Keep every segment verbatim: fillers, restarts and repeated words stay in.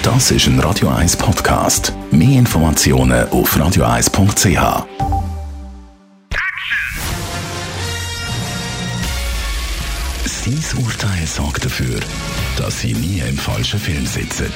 Das ist ein Radio eins Podcast. Mehr Informationen auf radio eins punkt c h. Sein Urteil sorgt dafür, dass Sie nie im falschen Film sitzen.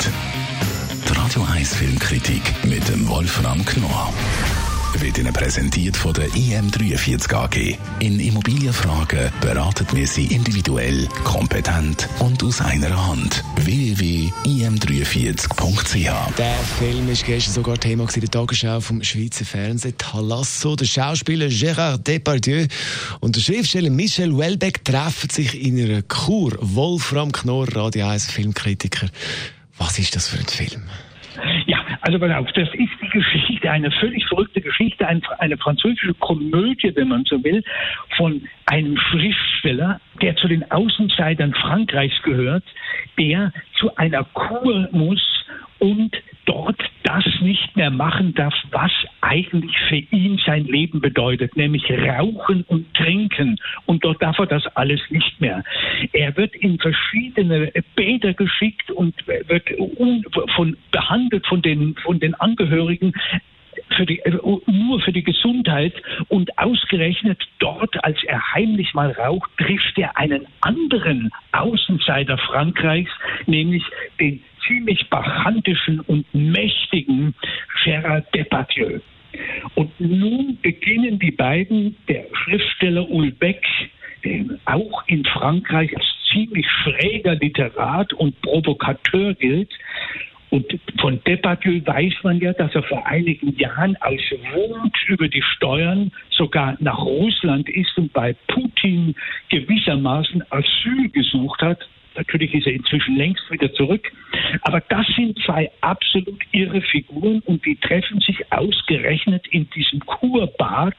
Die Radio eins Filmkritik mit dem Wolfram Knorr wird Ihnen präsentiert von der I M dreiundvierzig A G. In Immobilienfragen beraten wir Sie individuell, kompetent und aus einer Hand. w w w punkt i m dreiundvierzig punkt c h. Der Film war gestern sogar Thema in der Tagesschau vom Schweizer Fernsehen. Thalasso, der Schauspieler Gérard Depardieu und der Schriftsteller Michel Houellebecq treffen sich in einer Kur. Wolfram Knorr, Radio eins Filmkritiker. Was ist das für ein Film? Ja, also pass auf, das ist die Geschichte, eine völlig verrückte Geschichte, eine, eine französische Komödie, wenn man so will, von einem Schriftsteller, der zu den Außenseitern Frankreichs gehört, der zu einer Kur muss und dort das nicht mehr machen darf, was eigentlich für ihn sein Leben bedeutet, nämlich Rauchen und Trinken. Und dort darf er das alles nicht mehr. Er wird in verschiedene Bäder geschickt und wird un- von, behandelt von den, von den Angehörigen für die, nur für die Gesundheit, und ausgerechnet dort, als er heimlich mal raucht, trifft er einen anderen Außenseiter Frankreichs, nämlich den ziemlich bachantischen und mächtigen Gérard Depardieu. Und nun beginnen die beiden, der Schriftsteller Houellebecq, der auch in Frankreich als ziemlich schräger Literat und Provokateur gilt. Und von Depardieu weiß man ja, dass er vor einigen Jahren aus Wut über die Steuern sogar nach Russland ist und bei Putin gewissermaßen Asyl gesucht hat. Natürlich ist er inzwischen längst wieder zurück. Aber das sind zwei absolut irre Figuren und die treffen sich ausgerechnet in diesem Kurbad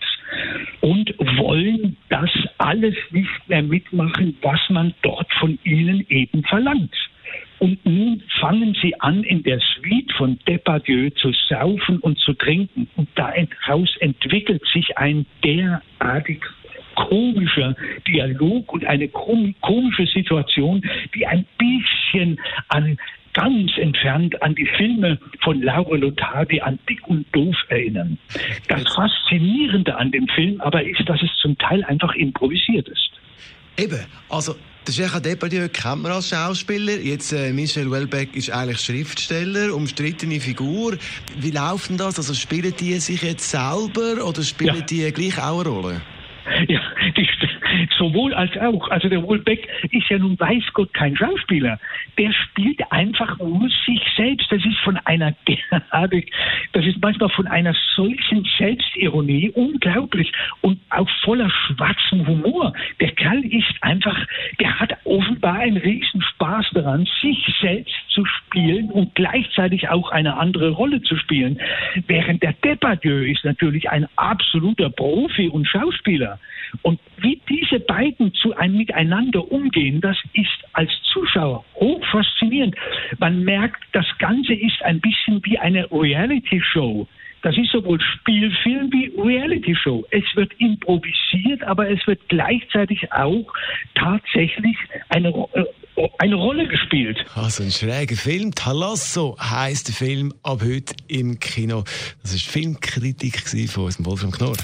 und wollen das alles nicht mehr mitmachen, was man dort von ihnen eben verlangt. Und nun fangen sie an, in der Suite von Depardieu zu saufen und zu trinken. Und daraus entwickelt sich ein derartig komischer Dialog und eine komische Situation, die ein bisschen an ganz entfernt an die Filme von Laurel und Hardy, an Dick und Doof erinnern. Das Faszinierende an dem Film aber ist, dass es zum Teil einfach improvisiert ist. Eben, also der Gérard Depardieu kennt man als Schauspieler, jetzt äh, Michel Houellebecq ist eigentlich Schriftsteller, umstrittene Figur. Wie läuft denn das? Also spielen die sich jetzt selber oder spielen ja. die gleich auch eine Rolle? Ja, die, sowohl als auch. Also der Houellebecq ist ja nun weiß Gott kein Schauspieler. Der spielt einfach nur sich selbst. Das ist von einer derartig, das ist manchmal von einer solchen Selbstironie unglaublich und auch voller schwarzen Humor. Der Kerl ist einfach, der hat offenbar einen riesen Spaß daran, sich selbst zu spielen und gleichzeitig auch eine andere Rolle zu spielen. Während der Depardieu ist natürlich ein absoluter Profi und Schauspieler. Und wie diese beiden zu einem miteinander umgehen, das ist als Zuschauer hoch faszinierend. Man merkt, das Ganze ist ein bisschen wie eine Reality-Show. Das ist sowohl Spielfilm wie Reality-Show. Es wird improvisiert, aber es wird gleichzeitig auch tatsächlich eine, äh, eine Rolle gespielt. Also ein schräger Film. Thalasso heisst der Film, ab heute im Kino. Das war die Filmkritik von unserem Wolfram Knorr.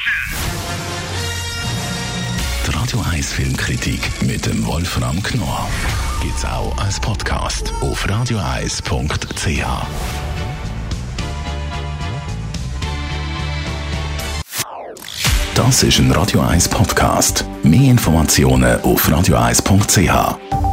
Die Radio eins Filmkritik mit dem Wolfram Knorr gibt's auch als Podcast auf radio eins punkt c h. Das ist ein Radio eins Podcast. Mehr Informationen auf radio eins punkt c h.